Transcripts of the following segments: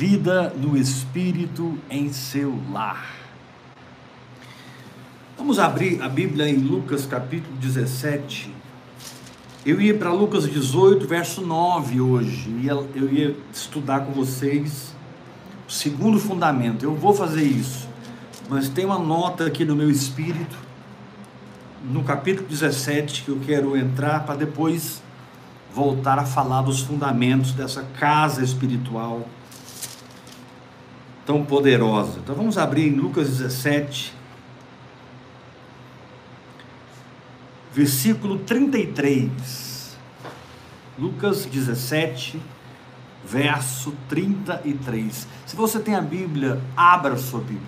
vida no Espírito em seu lar. Vamos abrir a Bíblia em Lucas capítulo 17. Eu ia para Lucas 18, verso 9 hoje, e eu ia estudar com vocês o segundo fundamento. Eu vou fazer isso, mas tem uma nota aqui no meu espírito, no capítulo 17, que eu quero entrar para depois voltar a falar dos fundamentos dessa casa espiritual tão poderosa. Então vamos abrir em Lucas 17, versículo 33. Lucas 17, verso 33. Se você tem a Bíblia, abra a sua Bíblia.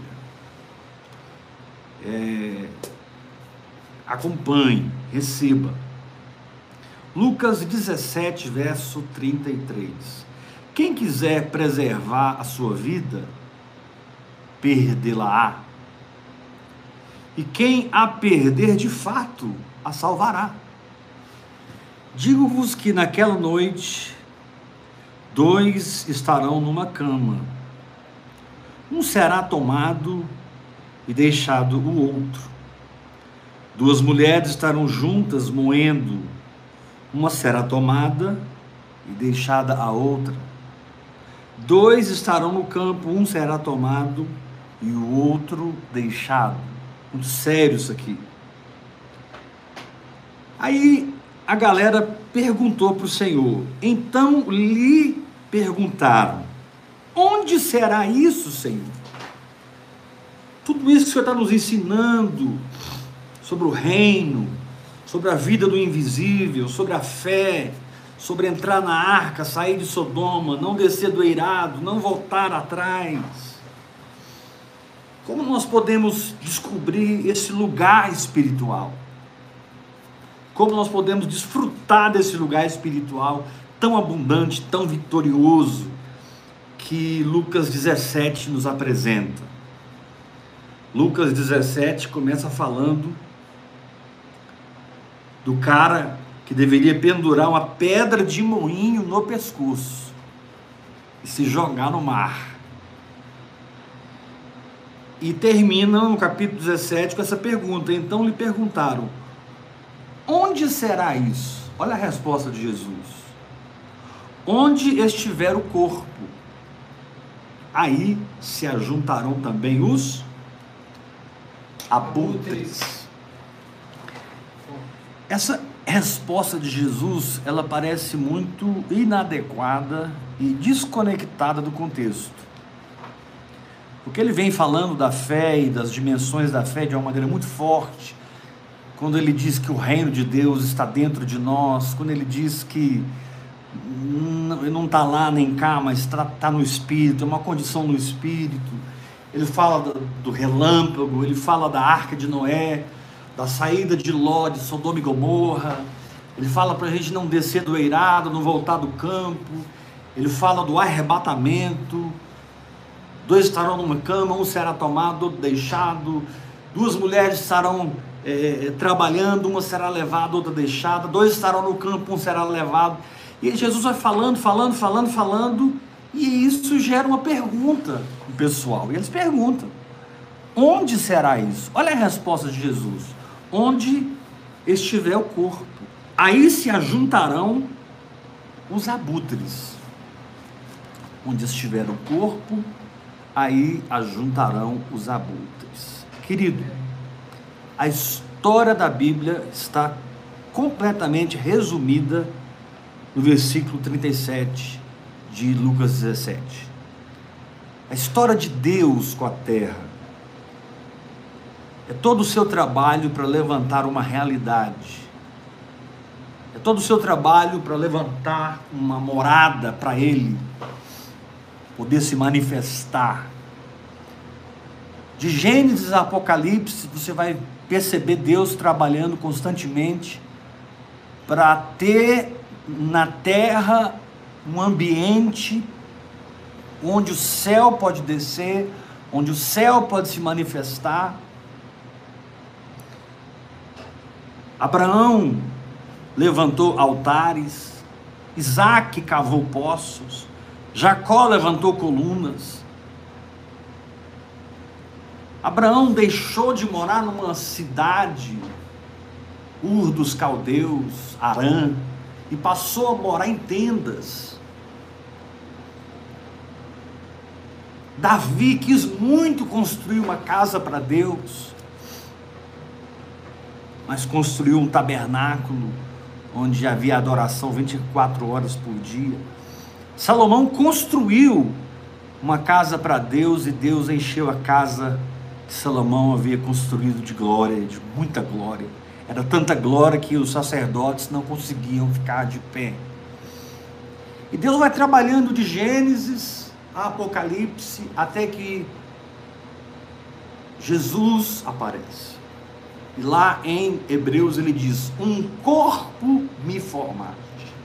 Acompanhe, receba. Lucas 17, verso 33. Quem quiser preservar a sua vida, perdê-la-á. E quem a perder de fato, a salvará. Digo-vos que naquela noite, dois estarão numa cama. Um será tomado e deixado o outro. Duas mulheres estarão juntas moendo. Uma será tomada e deixada a outra. Dois estarão no campo, um será tomado e o outro deixado. Muito sério isso aqui. Aí a galera perguntou para o Senhor. Então lhe perguntaram: onde será isso, Senhor? Tudo isso que o Senhor está nos ensinando sobre o reino, sobre a vida do invisível, sobre a fé, sobre entrar na arca, sair de Sodoma, não descer do eirado, não voltar atrás. Como nós podemos descobrir esse lugar espiritual? Como nós podemos desfrutar desse lugar espiritual tão abundante, tão vitorioso, que Lucas 17 nos apresenta? Lucas 17 começa falando do cara que deveria pendurar uma pedra de moinho no pescoço e se jogar no mar. E termina no capítulo 17 com essa pergunta. Então lhe perguntaram: onde será isso? Olha a resposta de Jesus: onde estiver o corpo, aí se ajuntarão também os abutres. Essa resposta de Jesus, ela parece muito inadequada e desconectada do contexto. Porque ele vem falando da fé e das dimensões da fé de uma maneira muito forte. Quando ele diz que o reino de Deus está dentro de nós, quando ele diz que não está lá nem cá, mas está no Espírito, é uma condição no Espírito. Ele fala do relâmpago, ele fala da arca de Noé, da saída de Ló, de Sodoma e Gomorra. Ele fala para a gente não descer do eirado, não voltar do campo. Ele fala do arrebatamento. Dois estarão numa cama, um será tomado, outro deixado. Duas mulheres estarão trabalhando, uma será levada, outra deixada. Dois estarão no campo, um será levado. E Jesus vai falando, e isso gera uma pergunta no pessoal. E eles perguntam: onde será isso? Olha a resposta de Jesus: onde estiver o corpo, aí se ajuntarão os abutres. Onde estiver o corpo, aí ajuntarão os abutres. Querido, a história da Bíblia está completamente resumida no versículo 37 de Lucas 17. A história de Deus com a terra é todo o seu trabalho para levantar uma realidade, é todo o seu trabalho para levantar uma morada para Ele poder se manifestar. De Gênesis a Apocalipse, você vai perceber Deus trabalhando constantemente para ter na terra um ambiente onde o céu pode descer, onde o céu pode se manifestar. Abraão levantou altares, Isaac cavou poços, Jacó levantou colunas. Abraão deixou de morar numa cidade, Ur dos Caldeus, Harã, e passou a morar em tendas. Davi quis muito construir uma casa para Deus, mas construiu um tabernáculo onde havia adoração 24 horas por dia. Salomão construiu uma casa para Deus, e Deus encheu a casa que Salomão havia construído de glória, de muita glória. Era tanta glória que os sacerdotes não conseguiam ficar de pé. E Deus vai trabalhando de Gênesis a Apocalipse, até que Jesus aparece. E lá em Hebreus ele diz: um corpo me formaste.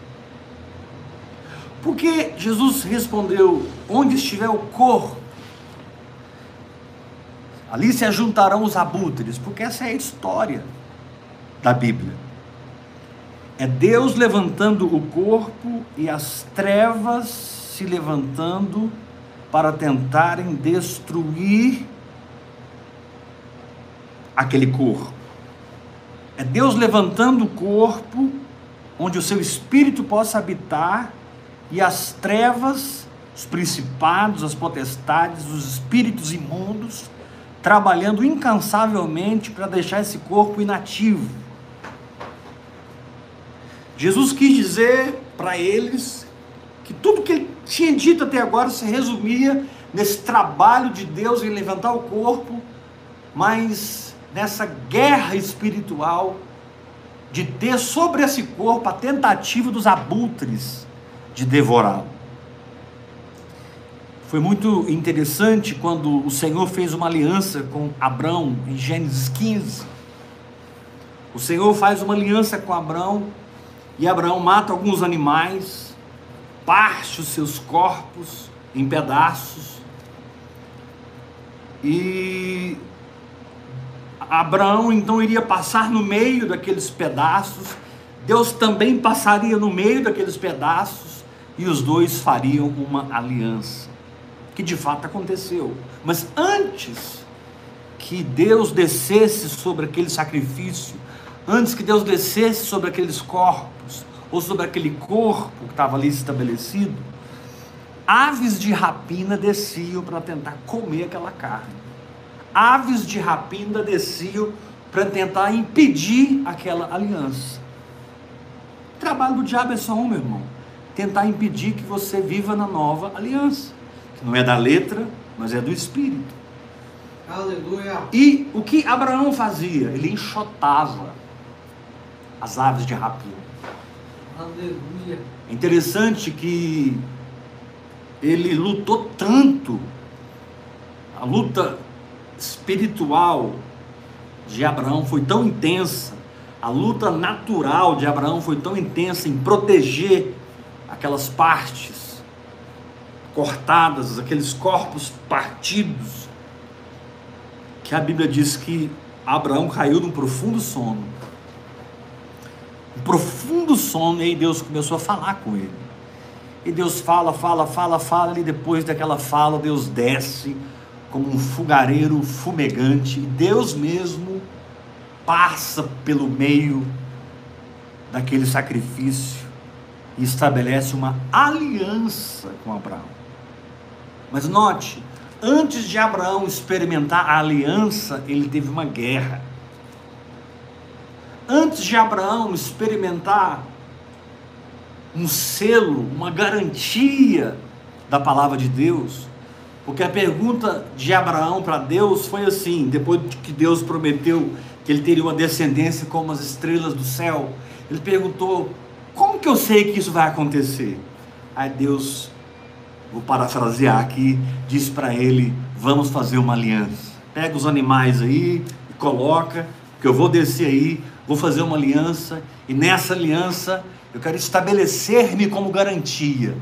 Porque Jesus respondeu: onde estiver o corpo, ali se ajuntarão os abutres. Porque essa é a história da Bíblia. É Deus levantando o corpo e as trevas se levantando para tentarem destruir aquele corpo. É Deus levantando o corpo onde o seu espírito possa habitar, e as trevas, os principados, as potestades, os espíritos imundos trabalhando incansavelmente para deixar esse corpo inativo. Jesus quis dizer para eles que tudo que ele tinha dito até agora se resumia nesse trabalho de Deus em levantar o corpo, mas nessa guerra espiritual de ter sobre esse corpo a tentativa dos abutres de devorá-lo. Foi muito interessante quando o Senhor fez uma aliança com Abrão em Gênesis 15. O Senhor faz uma aliança com Abrão, e Abraão mata alguns animais, parte os seus corpos em pedaços, e Abraão então iria passar no meio daqueles pedaços, Deus também passaria no meio daqueles pedaços, e os dois fariam uma aliança, que de fato aconteceu. Mas antes que Deus descesse sobre aquele sacrifício, antes que Deus descesse sobre aqueles corpos, ou sobre aquele corpo que estava ali estabelecido, aves de rapina desciam para tentar comer aquela carne. Aves de rapina desciam para tentar impedir aquela aliança. O trabalho do diabo é só um, meu irmão: tentar impedir que você viva na nova aliança, que não é da letra, mas é do Espírito. Aleluia. E o que Abraão fazia? Ele enxotava as aves de rapina. Aleluia. É interessante que ele lutou tanto, a luta espiritual de Abraão foi tão intensa, a luta natural de Abraão foi tão intensa em proteger aquelas partes cortadas, aqueles corpos partidos, que a Bíblia diz que Abraão caiu num profundo sono. Um profundo sono, e aí Deus começou a falar com ele. E Deus fala, e depois daquela fala, Deus desce como um fogareiro fumegante, e Deus mesmo passa pelo meio daquele sacrifício e estabelece uma aliança com Abraão. Mas note, antes de Abraão experimentar a aliança, ele teve uma guerra. Antes de Abraão experimentar um selo, uma garantia da palavra de Deus, porque a pergunta de Abraão para Deus foi assim, depois que Deus prometeu que ele teria uma descendência como as estrelas do céu, ele perguntou: como que eu sei que isso vai acontecer? Aí Deus, vou parafrasear aqui, disse para ele: vamos fazer uma aliança, pega os animais aí e coloca, que eu vou descer aí, vou fazer uma aliança, e nessa aliança eu quero estabelecer-me como garantia.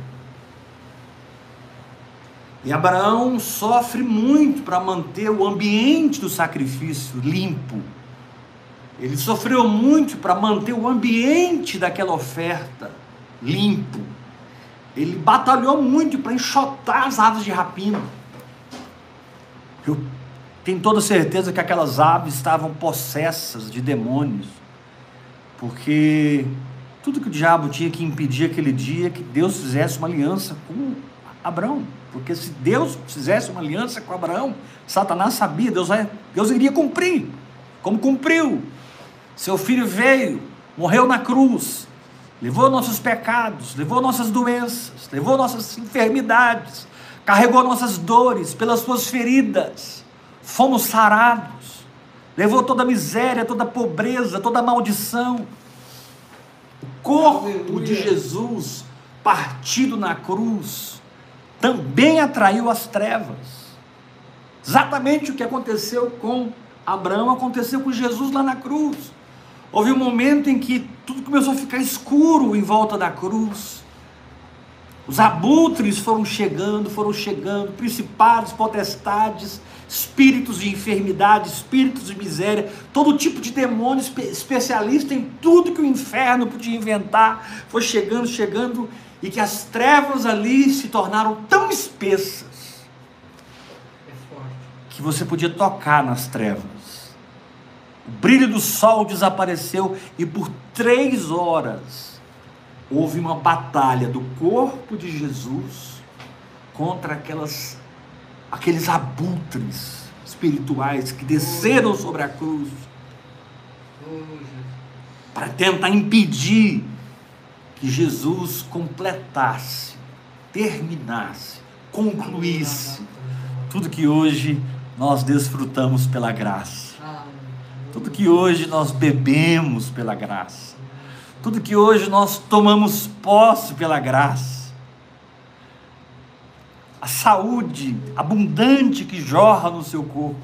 E Abraão sofre muito para manter o ambiente do sacrifício limpo. Ele sofreu muito para manter o ambiente daquela oferta limpo. ele batalhou muito para enxotar as aves de rapina. Eu tenho toda certeza que aquelas aves estavam possessas de demônios, porque tudo que o diabo tinha que impedir aquele dia é que Deus fizesse uma aliança com Abraão, porque se Deus fizesse uma aliança com Abraão, Satanás sabia, Deus iria cumprir, como cumpriu. Seu filho veio, morreu na cruz, levou nossos pecados, levou nossas doenças, levou nossas enfermidades, carregou nossas dores, pelas suas feridas fomos sarados, levou toda a miséria, toda a pobreza, toda a maldição. O corpo de Jesus partido na cruz também atraiu as trevas. Exatamente o que aconteceu com Abraão aconteceu com Jesus lá na cruz. Houve um momento em que tudo começou a ficar escuro em volta da cruz. Os abutres foram chegando, principados, potestades, espíritos de enfermidade, espíritos de miséria, todo tipo de demônio especialista em tudo que o inferno podia inventar, foi chegando, e que as trevas ali se tornaram tão espessas, que você podia tocar nas trevas. O brilho do sol desapareceu e por 3 horas houve uma batalha do corpo de Jesus contra aqueles abutres espirituais que desceram sobre a cruz para tentar impedir que Jesus completasse, terminasse, concluísse tudo que hoje nós desfrutamos pela graça. Tudo que hoje nós bebemos pela graça, tudo que hoje nós tomamos posse pela graça, a saúde abundante que jorra no seu corpo,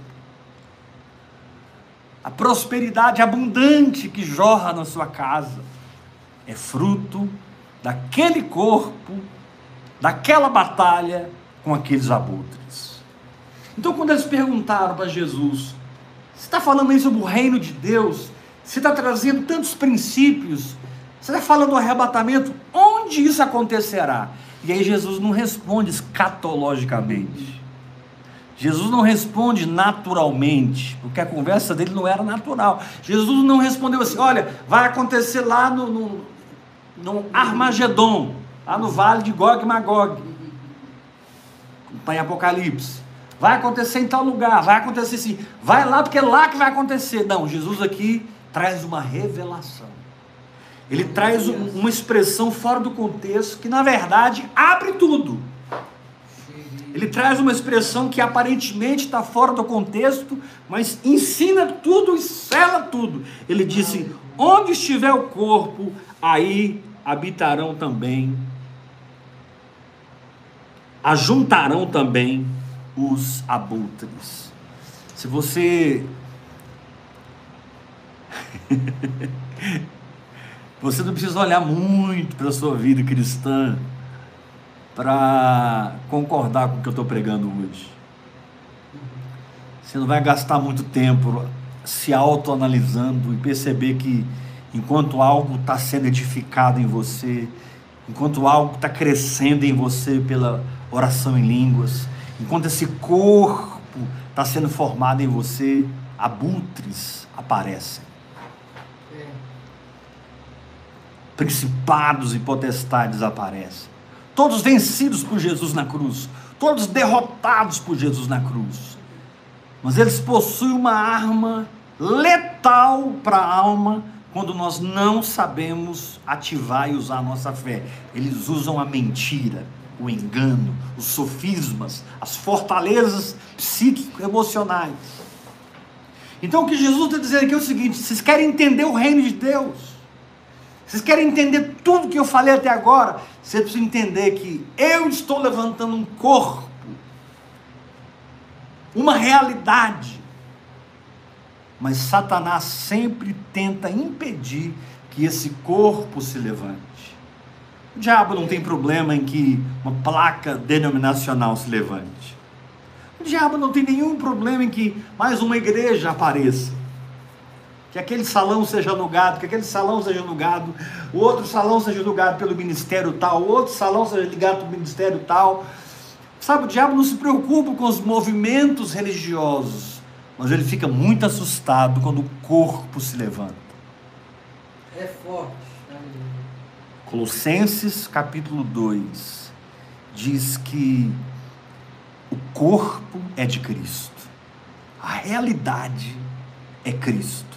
a prosperidade abundante que jorra na sua casa, é fruto daquele corpo, daquela batalha com aqueles abutres. Então, quando eles perguntaram para Jesus: você está falando aí sobre o reino de Deus? Você está trazendo tantos princípios? Você está falando do arrebatamento? Onde isso acontecerá? E aí Jesus não responde escatologicamente. Jesus não responde naturalmente, porque a conversa dele não era natural. Jesus não respondeu assim: olha, vai acontecer lá no Armagedon, lá no vale de Gog e Magog, está em Apocalipse. Vai acontecer em tal lugar, vai acontecer assim, vai lá porque é lá que vai acontecer. Não, Jesus aqui traz uma revelação. Ele traz uma expressão fora do contexto que na verdade abre tudo. Ele traz uma expressão que aparentemente está fora do contexto, mas ensina tudo e sela tudo. Ele disse: onde estiver o corpo, aí habitarão também, ajuntarão também os abutres. Se você você não precisa olhar muito para a sua vida cristã para concordar com o que eu estou pregando hoje. Você não vai gastar muito tempo se autoanalisando e perceber que enquanto algo está sendo edificado em você, enquanto algo está crescendo em você pela oração em línguas, enquanto esse corpo está sendo formado em você, abutres aparecem. Principados e potestades aparecem. Todos vencidos por Jesus na cruz, todos derrotados por Jesus na cruz. Mas eles possuem uma arma letal para a alma quando nós não sabemos ativar e usar a nossa fé. Eles usam a mentira, o engano, os sofismas, as fortalezas psíquico-emocionais. Então o que Jesus está dizendo aqui é o seguinte: vocês querem entender o reino de Deus? Vocês querem entender tudo que eu falei até agora? Você precisa entender que eu estou levantando um corpo, uma realidade, mas Satanás sempre tenta impedir que esse corpo se levante. O diabo não tem problema em que uma placa denominacional se levante. O diabo não tem nenhum problema em que mais uma igreja apareça. O que aquele salão seja alugado, que aquele salão seja alugado, o outro salão seja alugado pelo ministério tal, o outro salão seja ligado pelo ministério tal. Sabe, o diabo não se preocupa com os movimentos religiosos, mas ele fica muito assustado quando o corpo se levanta. É forte. Colossenses capítulo 2 diz que o corpo é de Cristo, a realidade é Cristo.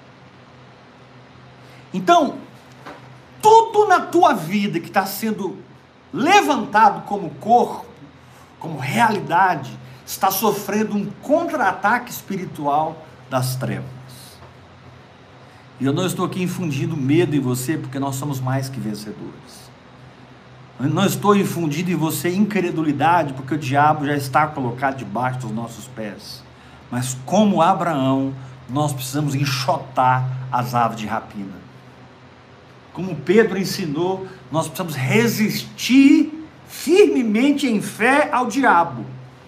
Então, tudo na tua vida que está sendo levantado como corpo, como realidade, está sofrendo um contra-ataque espiritual das trevas. E eu não estou aqui infundindo medo em você, porque nós somos mais que vencedores. Eu não estou infundindo em você incredulidade, porque o diabo já está colocado debaixo dos nossos pés. Mas como Abraão, nós precisamos enxotar as aves de rapina. Como Pedro ensinou, nós precisamos resistir firmemente em fé ao diabo.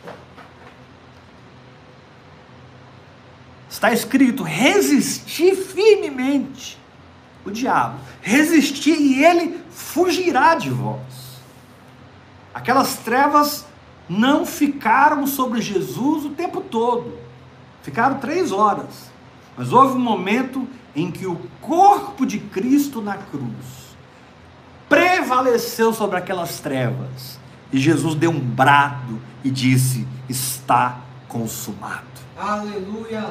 Está escrito, resistir firmemente o diabo. Resistir e ele fugirá de vós. Aquelas trevas não ficaram sobre Jesus o tempo todo. Ficaram 3 horas. Mas houve um momento em que o corpo de Cristo na cruz prevaleceu sobre aquelas trevas. E Jesus deu um brado e disse, está consumado. Aleluia.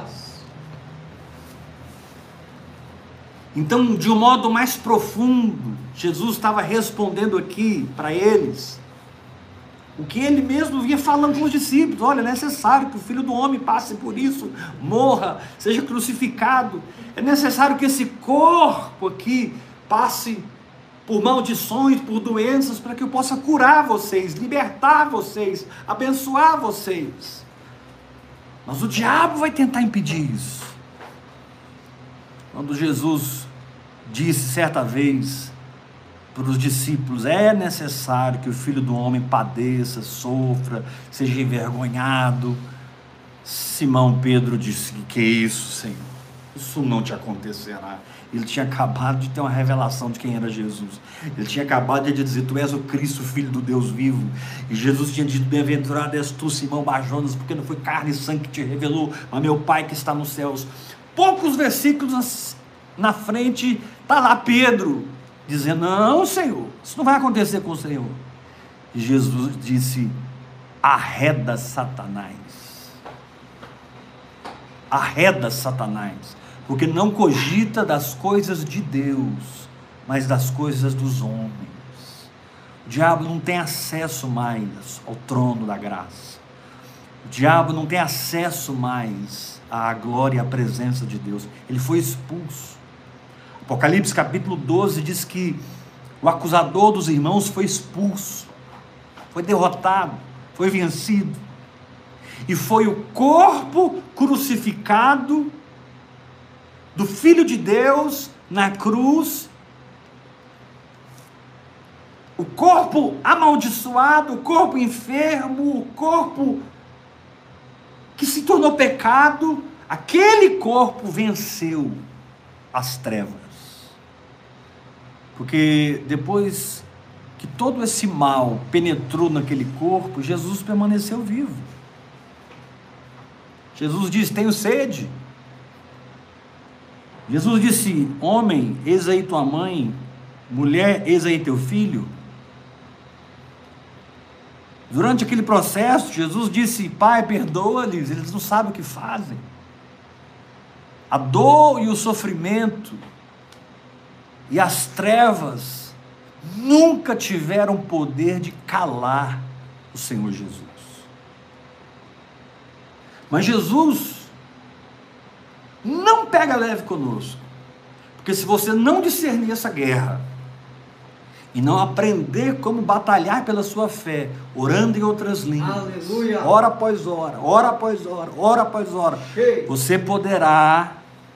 Então, de um modo mais profundo, Jesus estava respondendo aqui para eles o que ele mesmo vinha falando com os discípulos. Olha, é necessário que o Filho do Homem passe por isso, morra, seja crucificado. É necessário que esse corpo aqui passe por maldições, por doenças, para que eu possa curar vocês, libertar vocês, abençoar vocês. Mas o diabo vai tentar impedir isso. Quando Jesus disse certa vez para os discípulos, é necessário que o Filho do Homem padeça, sofra, seja envergonhado. Simão Pedro disse, que isso, Senhor? Isso não te acontecerá. Ele tinha acabado de ter uma revelação de quem era Jesus. Ele tinha acabado de dizer, tu és o Cristo, Filho do Deus vivo. E Jesus tinha dito, bem-aventurado és tu, Simão Bar-Jonas, porque não foi carne e sangue que te revelou, mas meu Pai que está nos céus. Poucos versículos na frente, está lá Pedro, dizendo, não, Senhor, isso não vai acontecer com o Senhor. E Jesus disse, arreda Satanás. Arreda Satanás, porque não cogita das coisas de Deus, mas das coisas dos homens. O diabo não tem acesso mais ao trono da graça. O diabo não tem acesso mais à glória e à presença de Deus. Ele foi expulso. Apocalipse capítulo 12 diz que o acusador dos irmãos foi expulso, foi derrotado, foi vencido. E foi o corpo crucificado do Filho de Deus na cruz, o corpo amaldiçoado, o corpo enfermo, o corpo que se tornou pecado, aquele corpo venceu as trevas. Porque depois que todo esse mal penetrou naquele corpo, Jesus permaneceu vivo. Jesus disse, tenho sede. Jesus disse, homem, eis aí tua mãe, mulher, eis aí teu filho. Durante aquele processo, Jesus disse, Pai, perdoa-lhes, eles não sabem o que fazem. A dor e o sofrimento e as trevas nunca tiveram poder de calar o Senhor Jesus. Mas Jesus não pega leve conosco, porque se você não discernir essa guerra, e não aprender como batalhar pela sua fé, orando em outras línguas, aleluia, hora após hora, hora após hora, hora após hora, você poderá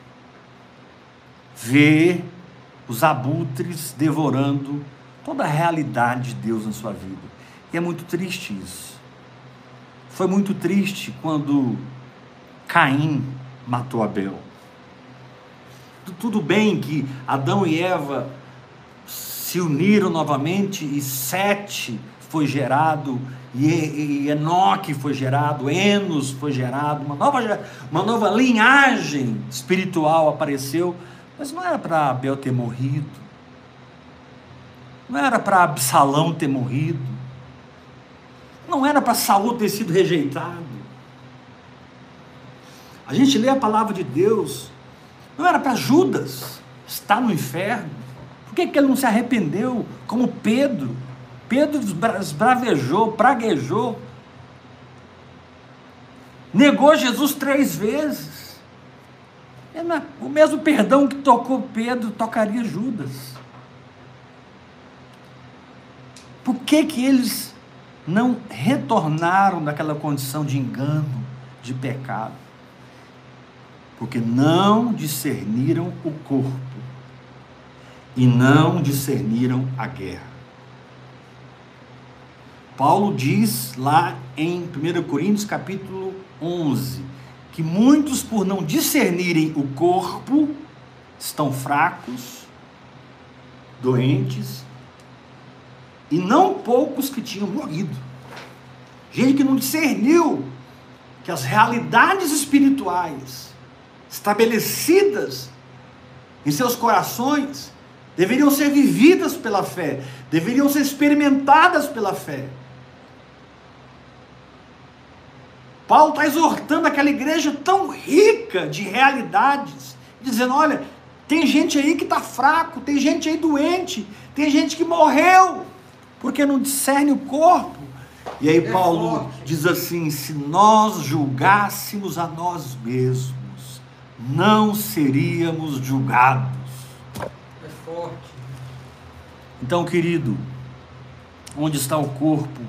ver os abutres devorando toda a realidade de Deus na sua vida. E é muito triste isso. Foi muito triste quando Caim matou Abel. tudo bem que Adão e Eva se uniram novamente e Sete foi gerado, e Enoque foi gerado, Enos foi gerado, uma nova linhagem espiritual apareceu, mas não era para Abel ter morrido, não era para Absalão ter morrido, não era para Saul ter sido rejeitado. A gente lê a palavra de Deus, não era para Judas estar no inferno. Por que ele não se arrependeu? Como Pedro. Pedro esbravejou, praguejou, negou Jesus 3 vezes. O mesmo perdão que tocou Pedro, tocaria Judas. Por que eles não retornaram daquela condição de engano, de pecado? Porque não discerniram o corpo e não discerniram a guerra. Paulo diz lá em 1 Coríntios capítulo 11, que muitos, por não discernirem o corpo, estão fracos, doentes, e não poucos que tinham morrido. Gente que não discerniu que as realidades espirituais estabelecidas em seus corações deveriam ser vividas pela fé, deveriam ser experimentadas pela fé. Paulo está exortando aquela igreja tão rica de realidades, dizendo: olha, tem gente aí que está fraco, tem gente aí doente, tem gente que morreu, porque não discerne o corpo. E aí Paulo diz assim: se nós julgássemos a nós mesmos, não seríamos julgados. É forte. Então, querido, onde está o corpo,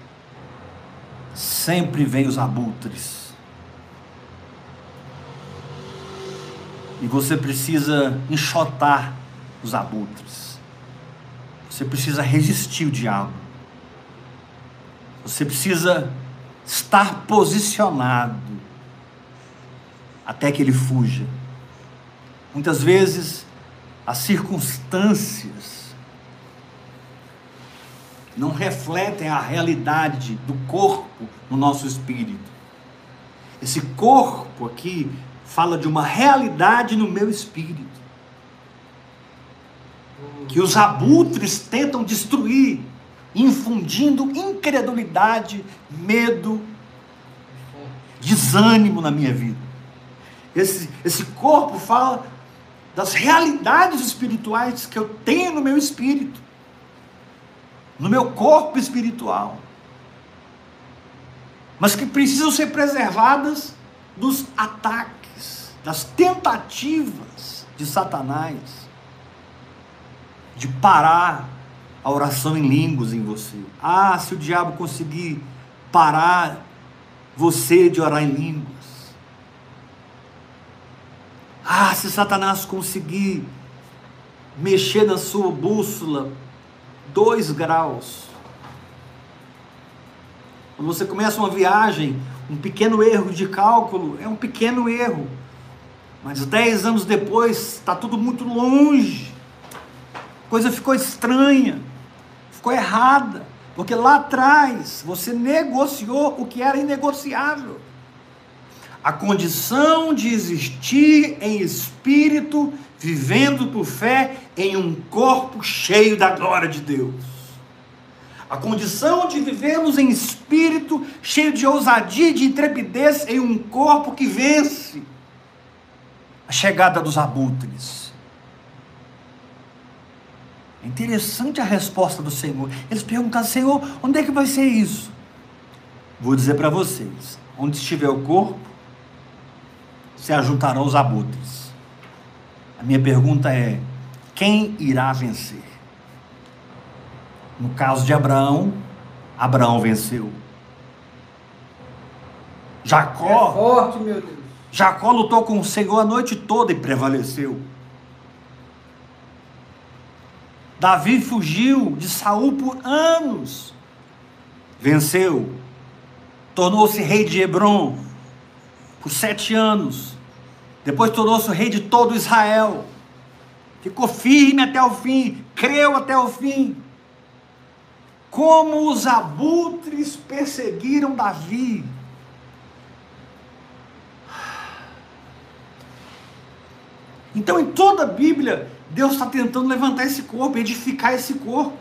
sempre vem os abutres. E você precisa enxotar os abutres. Você precisa resistir o diabo. Você precisa estar posicionado até que ele fuja. Muitas vezes as circunstâncias não refletem a realidade do corpo no nosso espírito. Esse corpo aqui fala de uma realidade no meu espírito, que os abutres tentam destruir, infundindo incredulidade, medo, desânimo na minha vida. Esse corpo fala das realidades espirituais que eu tenho no meu espírito, no meu corpo espiritual, mas que precisam ser preservadas dos ataques, das tentativas de Satanás de parar a oração em línguas em você. Se o diabo conseguir parar você de orar em línguas, se Satanás conseguir mexer na sua bússola 2 graus, quando você começa uma viagem, um pequeno erro de cálculo é um pequeno erro, mas 10 anos depois está tudo muito longe, a coisa ficou estranha, ficou errada, porque lá atrás você negociou o que era inegociável. A condição de existir em espírito, vivendo por fé em um corpo cheio da glória de Deus. A condição de vivermos em espírito, cheio de ousadia e de intrepidez, em um corpo que vence a chegada dos abutres. É interessante a resposta do Senhor. Eles perguntaram: Senhor, onde é que vai ser isso? Vou dizer para vocês: onde estiver o corpo, se ajuntarão os abutres. A minha pergunta é: quem irá vencer? No caso de Abraão, Abraão venceu. Jacó, É forte, meu Deus. Jacó lutou com o Senhor a noite toda e prevaleceu. Davi fugiu de Saul por anos, venceu. Tornou-se rei de Hebrom por 7 anos, Depois tornou-se o rei de todo Israel. Ficou firme até o fim, creu até o fim. Como os abutres perseguiram Davi. Então, em toda a Bíblia, Deus está tentando levantar esse corpo, edificar esse corpo.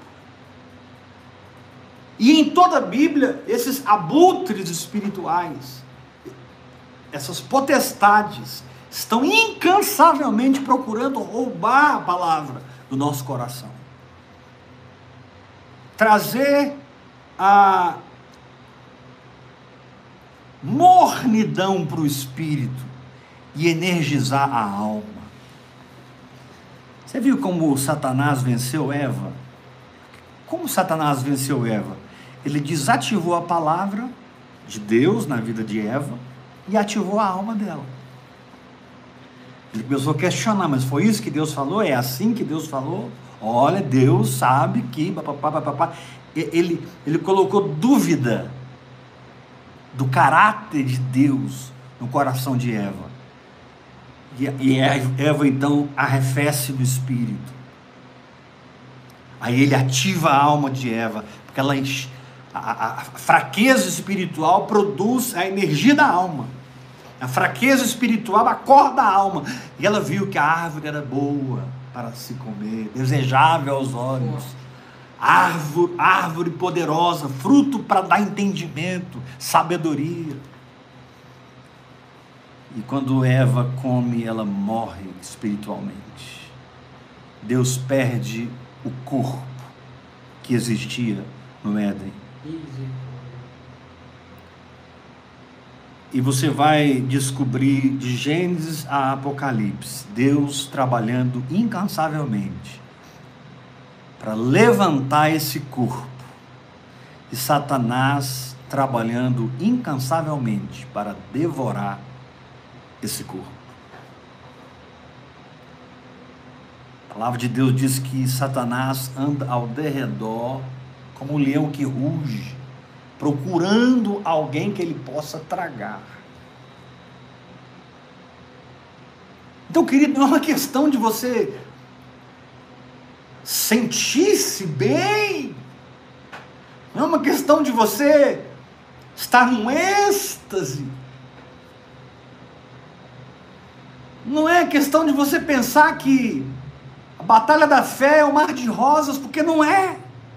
E em toda a Bíblia, esses abutres espirituais, essas potestades, estão incansavelmente procurando roubar a palavra do nosso coração. Trazer a mornidão para o espírito e energizar a alma. Você viu como Satanás venceu Eva? Como Satanás venceu Eva? Ele desativou a palavra de Deus na vida de Eva e ativou a alma dela. Ele começou a questionar, mas foi isso que Deus falou? É assim que Deus falou? Olha, Deus sabe que... Ele colocou dúvida do caráter de Deus no coração de Eva. E Eva então arrefece no espírito. Aí ele ativa a alma de Eva, porque a fraqueza espiritual produz a energia da alma. A fraqueza espiritual acorda a alma. E ela viu que a árvore era boa para se comer, desejável aos olhos. Árvore poderosa, fruto para dar entendimento, sabedoria. E quando Eva come, ela morre espiritualmente. Deus perde o corpo que existia no Éden. E você vai descobrir de Gênesis a Apocalipse, Deus trabalhando incansavelmente para levantar esse corpo, e Satanás trabalhando incansavelmente para devorar esse corpo. A palavra de Deus diz que Satanás anda ao derredor como um leão que ruge, procurando alguém que ele possa tragar. Então, querido, não é uma questão de você sentir-se bem, não é uma questão de você estar num êxtase, não é questão de você pensar que a batalha da fé é um mar de rosas, porque não é.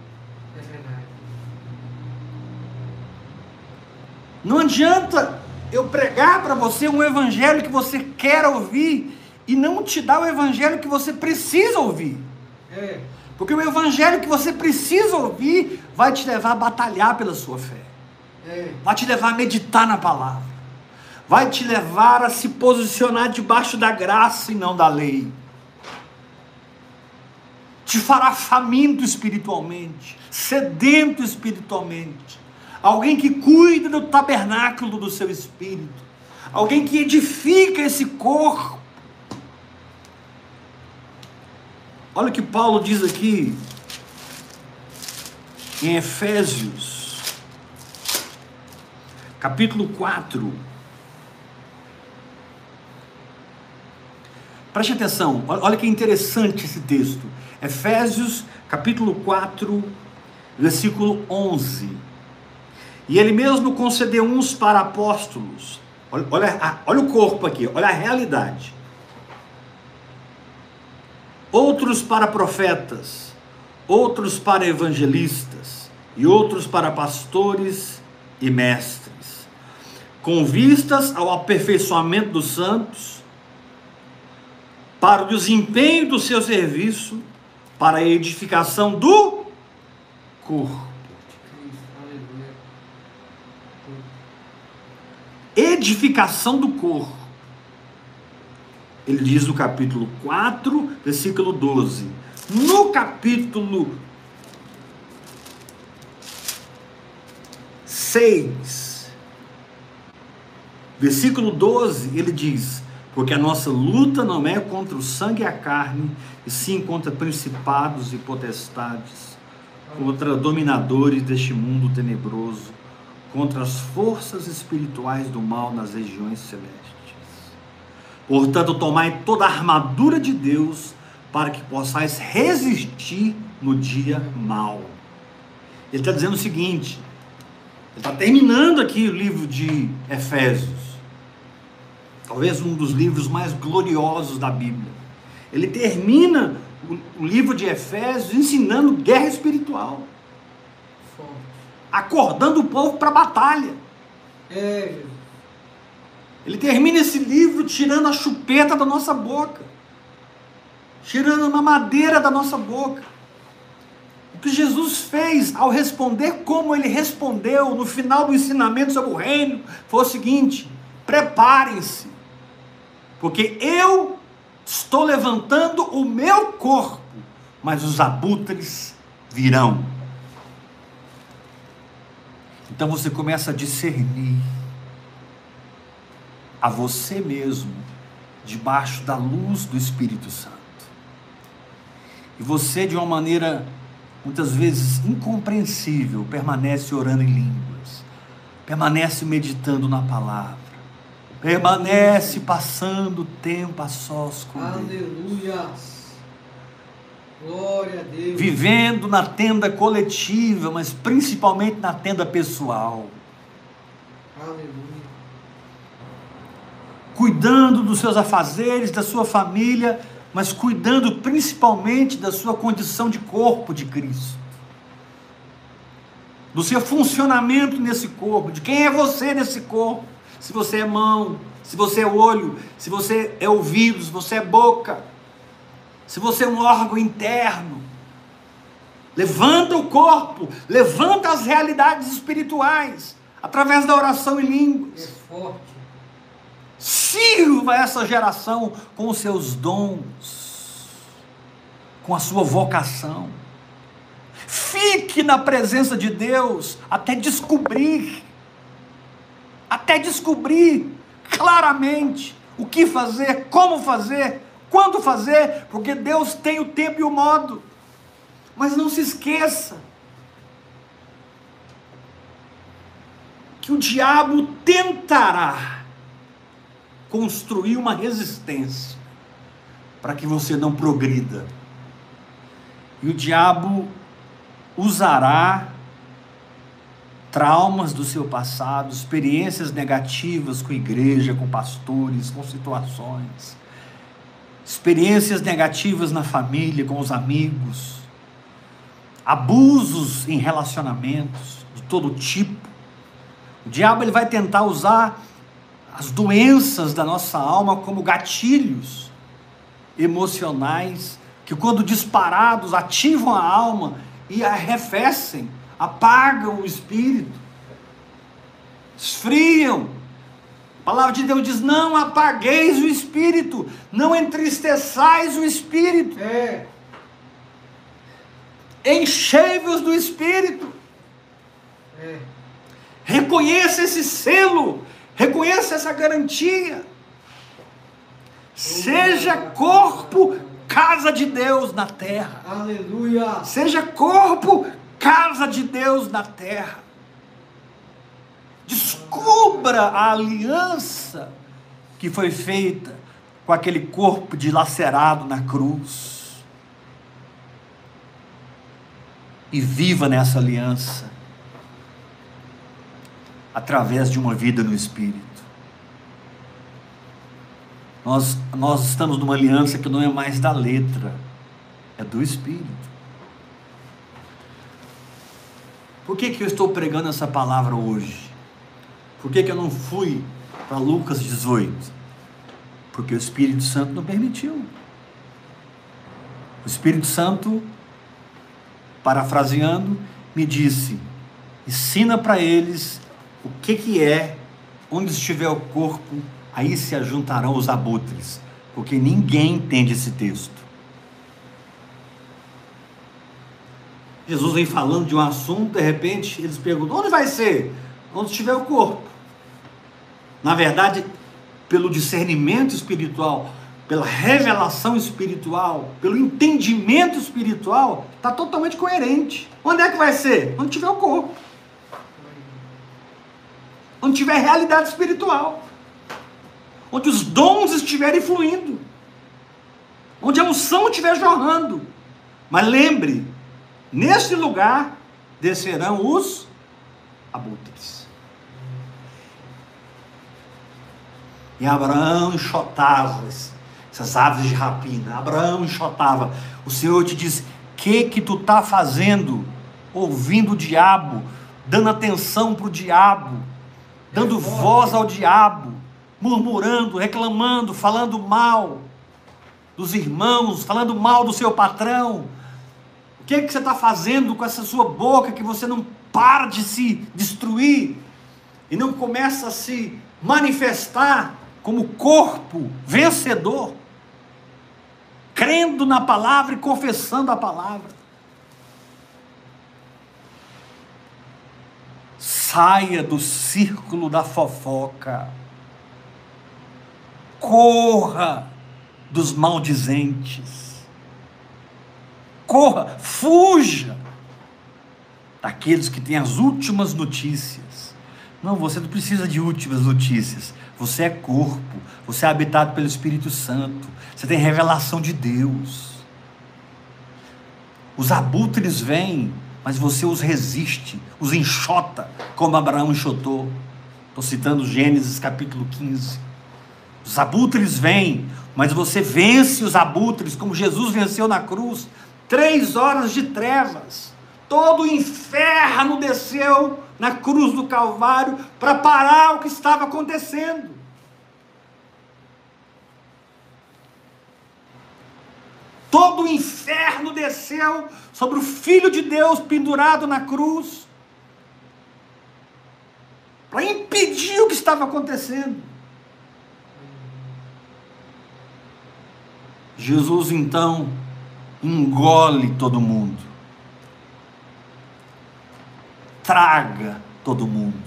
Não adianta eu pregar para você um evangelho que você quer ouvir e não te dar o evangelho que você precisa ouvir. Porque o evangelho que você precisa ouvir vai te levar a batalhar pela sua fé. Vai te levar a meditar na palavra. Vai te levar a se posicionar debaixo da graça e não da lei. Te fará faminto espiritualmente, sedento espiritualmente. Alguém que cuida do tabernáculo do seu espírito. Alguém que edifica esse corpo. Olha o que Paulo diz aqui em Efésios, capítulo 4. Preste atenção, olha que interessante esse texto. Efésios, capítulo 4, versículo 11. E ele mesmo concedeu uns para apóstolos. Olha o corpo aqui, olha a realidade. Outros para profetas, outros para evangelistas, e outros para pastores e mestres, com vistas ao aperfeiçoamento dos santos, para o desempenho do seu serviço, para a edificação do corpo. Edificação do corpo. Ele diz no capítulo 4, versículo 12. No capítulo 6, versículo 12, ele diz: porque a nossa luta não é contra o sangue e a carne, e sim contra principados e potestades, contra dominadores deste mundo tenebroso, contra as forças espirituais do mal nas regiões celestes. Portanto, tomai toda a armadura de Deus, para que possais resistir no dia mau. Ele está dizendo o seguinte, ele está terminando aqui o livro de Efésios, talvez um dos livros mais gloriosos da Bíblia. Ele termina o livro de Efésios ensinando guerra espiritual, acordando o povo para a batalha. Ele termina esse livro tirando a chupeta da nossa boca, tirando a mamadeira da nossa boca. O que Jesus fez ao responder como ele respondeu no final do ensinamento sobre o reino foi o seguinte: preparem-se, porque eu estou levantando o meu corpo, mas os abutres virão. Então você começa a discernir a você mesmo debaixo da luz do Espírito Santo. E você, de uma maneira muitas vezes incompreensível, permanece orando em línguas, permanece meditando na palavra, permanece passando tempo a sós com Deus. Aleluia! Glória a Deus. Vivendo na tenda coletiva, mas principalmente na tenda pessoal. Aleluia. Cuidando dos seus afazeres, da sua família, mas cuidando principalmente da sua condição de corpo de Cristo, do seu funcionamento nesse corpo, de quem é você nesse corpo, se você é mão, se você é olho, se você é ouvido, se você é boca, se você é um órgão interno. Levanta o corpo, levanta as realidades espirituais, através da oração em línguas. É forte. Sirva essa geração com os seus dons, com a sua vocação. Fique na presença de Deus até descobrir claramente o que fazer, como fazer, quando fazer, porque Deus tem o tempo e o modo. Mas não se esqueça que o diabo tentará construir uma resistência para que você não progrida. E o diabo usará traumas do seu passado, experiências negativas com igreja, com pastores, com situações, experiências negativas na família, com os amigos, abusos em relacionamentos de todo tipo. O diabo ele vai tentar usar as doenças da nossa alma como gatilhos emocionais que, quando disparados, ativam a alma e a arrefecem, apagam o espírito, esfriam. A palavra de Deus diz: não apagueis o espírito, não entristeçais o espírito. Enchei-vos do espírito. Reconheça esse selo, reconheça essa garantia. Seja corpo, casa de Deus na terra. Aleluia. Seja corpo, casa de Deus na terra. Descubra a aliança que foi feita com aquele corpo dilacerado na cruz. E viva nessa aliança, através de uma vida no Espírito. Nós estamos numa aliança que não é mais da letra, é do Espírito. Por que eu estou pregando essa palavra hoje? Por que eu não fui para Lucas 18? Porque o Espírito Santo não permitiu. O Espírito Santo, parafraseando, me disse: ensina para eles o que é, onde estiver o corpo, aí se ajuntarão os abutres, porque ninguém entende esse texto. Jesus vem falando de um assunto, de repente eles perguntam: onde vai ser? Onde estiver o corpo. Na verdade, pelo discernimento espiritual, pela revelação espiritual, pelo entendimento espiritual, está totalmente coerente. Onde é que vai ser? Onde tiver o corpo, onde tiver realidade espiritual. onde os dons estiverem fluindo, onde a unção estiver jorrando. Mas lembre, nesse lugar descerão os abutres. E Abraão enxotava essas aves de rapina. Abraão enxotava. O Senhor te diz: que tu está fazendo? Ouvindo o diabo, dando atenção para o diabo, dando voz ao diabo, murmurando, reclamando, falando mal dos irmãos, falando mal do seu patrão. O que você está fazendo com essa sua boca, que você não para de se destruir e não começa a se manifestar como corpo vencedor, crendo na palavra e confessando a palavra? Saia do círculo da fofoca, corra dos maldizentes, corra, fuja daqueles que têm as últimas notícias. Não, você não precisa de últimas notícias. Você é corpo, você é habitado pelo Espírito Santo, você tem revelação de Deus. Os abutres vêm, mas você os resiste, os enxota, como Abraão enxotou. Estou citando Gênesis capítulo 15. Os abutres vêm, mas você vence os abutres, como Jesus venceu na cruz. 3 horas de trevas, todo o inferno desceu na cruz do Calvário para parar o que estava acontecendo. Todo o inferno desceu sobre o Filho de Deus pendurado na cruz para impedir o que estava acontecendo. Jesus então engole todo mundo, traga todo mundo.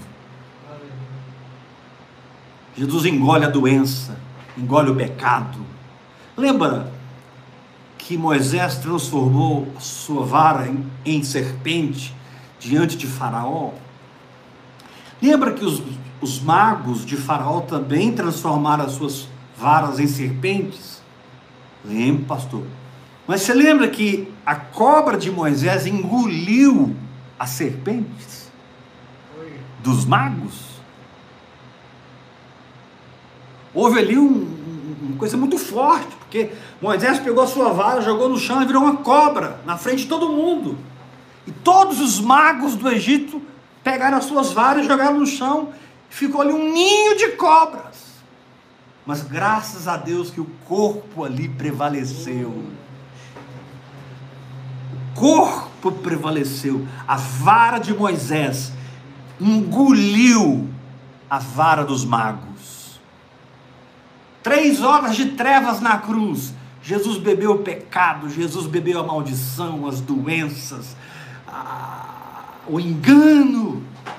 Jesus engole a doença, engole o pecado. Lembra que Moisés transformou a sua vara em serpente diante de Faraó? Lembra que os magos de Faraó também transformaram as suas varas em serpentes? Lembra, pastor? Mas você lembra que a cobra de Moisés engoliu as serpentes dos magos? Houve ali uma coisa muito forte, porque Moisés pegou a sua vara, jogou no chão e virou uma cobra na frente de todo mundo. E todos os magos do Egito pegaram as suas varas e jogaram no chão, e ficou ali um ninho de cobras. Mas graças a Deus que o corpo ali prevaleceu. O corpo prevaleceu. A vara de Moisés engoliu a vara dos magos. 3 horas de trevas na cruz. Jesus bebeu o pecado, Jesus bebeu a maldição, as doenças, o engano.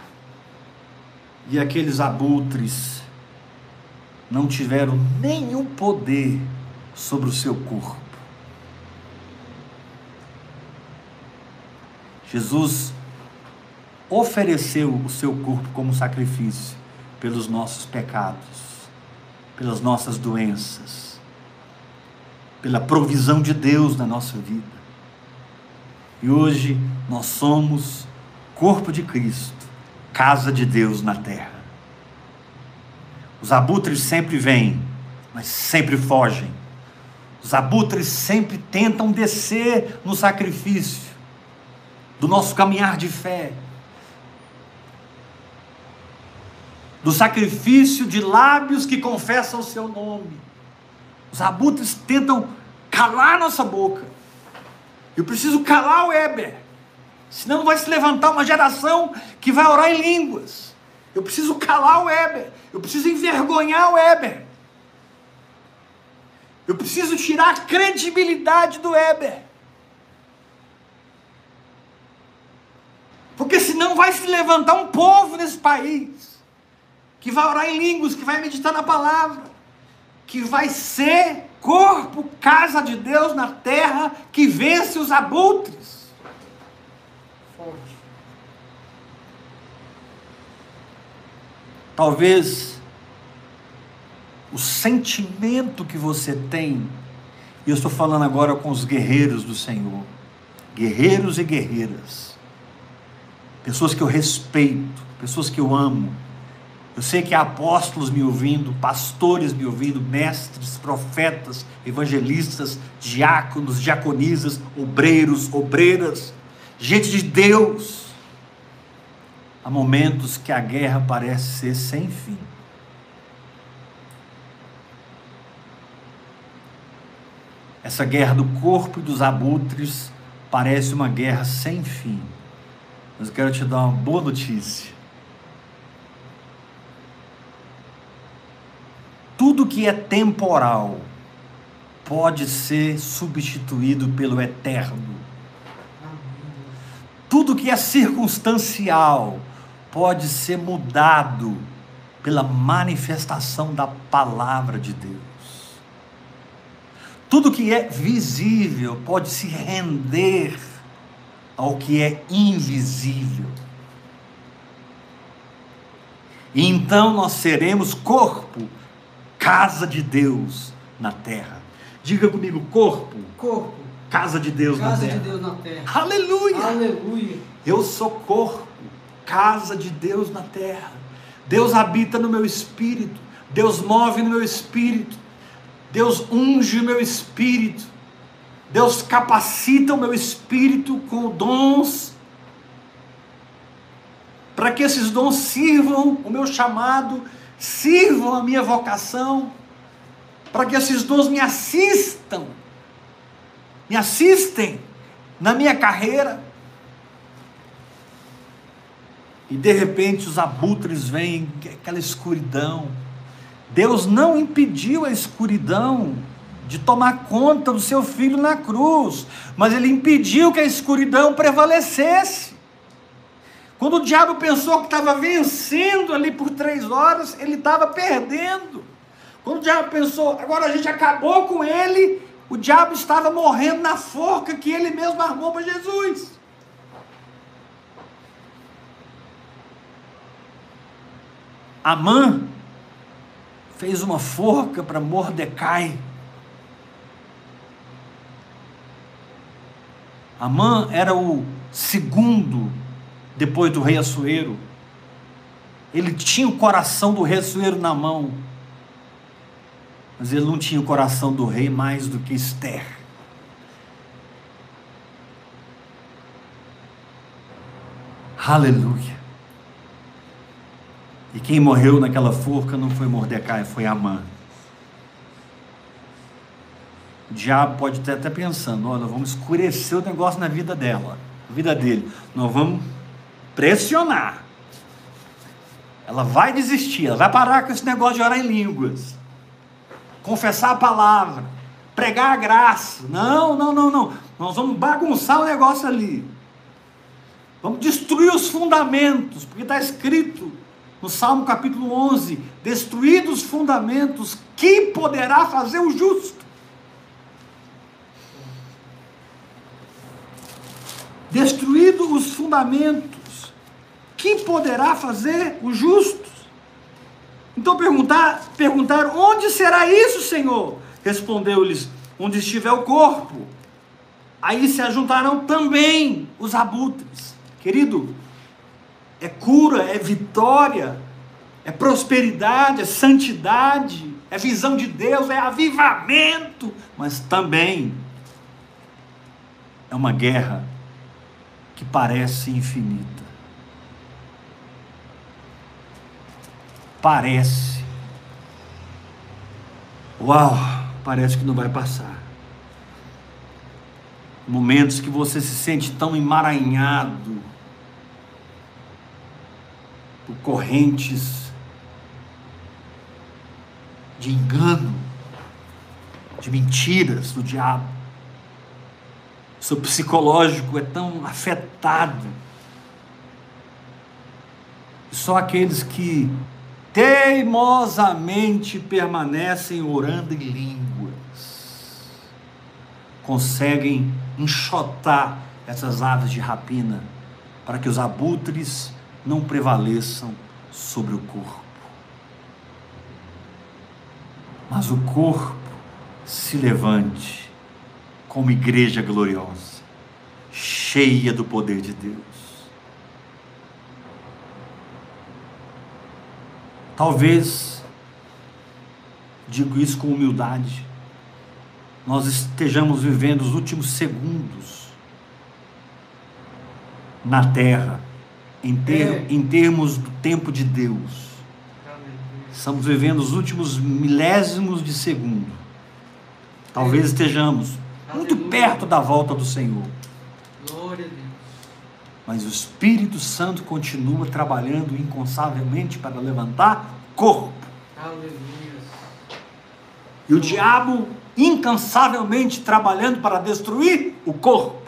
E aqueles abutres não tiveram nenhum poder sobre o seu corpo. Jesus ofereceu o seu corpo como sacrifício pelos nossos pecados, pelas nossas doenças, pela provisão de Deus na nossa vida. E hoje nós somos corpo de Cristo, casa de Deus na terra. Os abutres sempre vêm, mas sempre fogem. Os abutres sempre tentam descer no sacrifício do nosso caminhar de fé, do sacrifício de lábios que confessam o seu nome. Os abutres tentam calar nossa boca. Eu preciso calar o Heber, senão vai se levantar uma geração que vai orar em línguas. Eu preciso calar o Heber, eu preciso envergonhar o Heber, eu preciso tirar a credibilidade do Heber, porque senão vai se levantar um povo nesse país, que vai orar em línguas, que vai meditar na palavra, que vai ser corpo, casa de Deus na terra, que vence os abutres. Forte. Talvez o sentimento que você tem, e eu estou falando agora com os guerreiros do Senhor, guerreiros e guerreiras, pessoas que eu respeito, pessoas que eu amo. Eu sei que há apóstolos me ouvindo, pastores me ouvindo, mestres, profetas, evangelistas, diáconos, diaconisas, obreiros, obreiras, gente de Deus. Há momentos que a guerra parece ser sem fim. Essa guerra do corpo e dos abutres parece uma guerra sem fim. Mas eu quero te dar uma boa notícia. Tudo que é temporal pode ser substituído pelo eterno. Tudo que é circunstancial pode ser mudado pela manifestação da palavra de Deus. Tudo que é visível pode se render ao que é invisível. E então nós seremos corpo, casa de Deus na terra. Diga comigo, corpo, casa de Deus na terra. Casa de Deus na terra. Aleluia! Aleluia. Eu sou corpo, casa de Deus na terra. Deus habita no meu espírito. Deus move no meu espírito. Deus unge o meu espírito. Deus capacita o meu espírito com dons, para que esses dons sirvam o meu chamado, sirvam a minha vocação, para que esses dons me assistem na minha carreira. E de repente os abutres vêm, aquela escuridão. Deus não impediu a escuridão de tomar conta do seu filho na cruz, mas ele impediu que a escuridão prevalecesse. Quando o diabo pensou que estava vencendo ali por 3 horas, ele estava perdendo. Quando o diabo pensou, agora a gente acabou com ele, o diabo estava morrendo na forca que ele mesmo armou para Jesus. Amã fez uma forca para Mordecai. Amã era o segundo depois do rei Assuero. Ele tinha o coração do rei Assuero na mão, mas ele não tinha o coração do rei mais do que Esther. Aleluia. E quem morreu naquela forca não foi Mordecai, foi Amã. O diabo pode estar até pensando, olha, vamos escurecer o negócio na vida dela, na vida dele. Nós vamos pressionar. Ela vai desistir, ela vai parar com esse negócio de orar em línguas, confessar a palavra, pregar a graça. Não. Nós vamos bagunçar o negócio ali. Vamos destruir os fundamentos, porque está escrito no Salmo capítulo 11, destruídos os fundamentos, que poderá fazer o justo? Destruídos os fundamentos, que poderá fazer o justo? Então perguntaram, onde será isso, Senhor? Respondeu-lhes, onde estiver o corpo, aí se ajuntarão também os abutres. Querido, é cura, é vitória, é prosperidade, é santidade, é visão de Deus, é avivamento, mas também é uma guerra que parece infinita. Parece. Uau, parece que não vai passar. Momentos que você se sente tão emaranhado por correntes de engano, de mentiras do diabo. Seu psicológico é tão afetado. Só aqueles que teimosamente permanecem orando em línguas conseguem enxotar essas aves de rapina para que os abutres não prevaleçam sobre o corpo. mas o corpo se levante como igreja gloriosa, cheia do poder de Deus. Talvez, digo isso com humildade, nós estejamos vivendo os últimos segundos na terra, em termos do tempo de Deus. Estamos vivendo os últimos milésimos de segundo. Talvez estejamos muito perto da volta do Senhor. Glória a Deus. Mas o Espírito Santo continua trabalhando incansavelmente para levantar corpo. Aleluia. E o diabo incansavelmente trabalhando para destruir o corpo.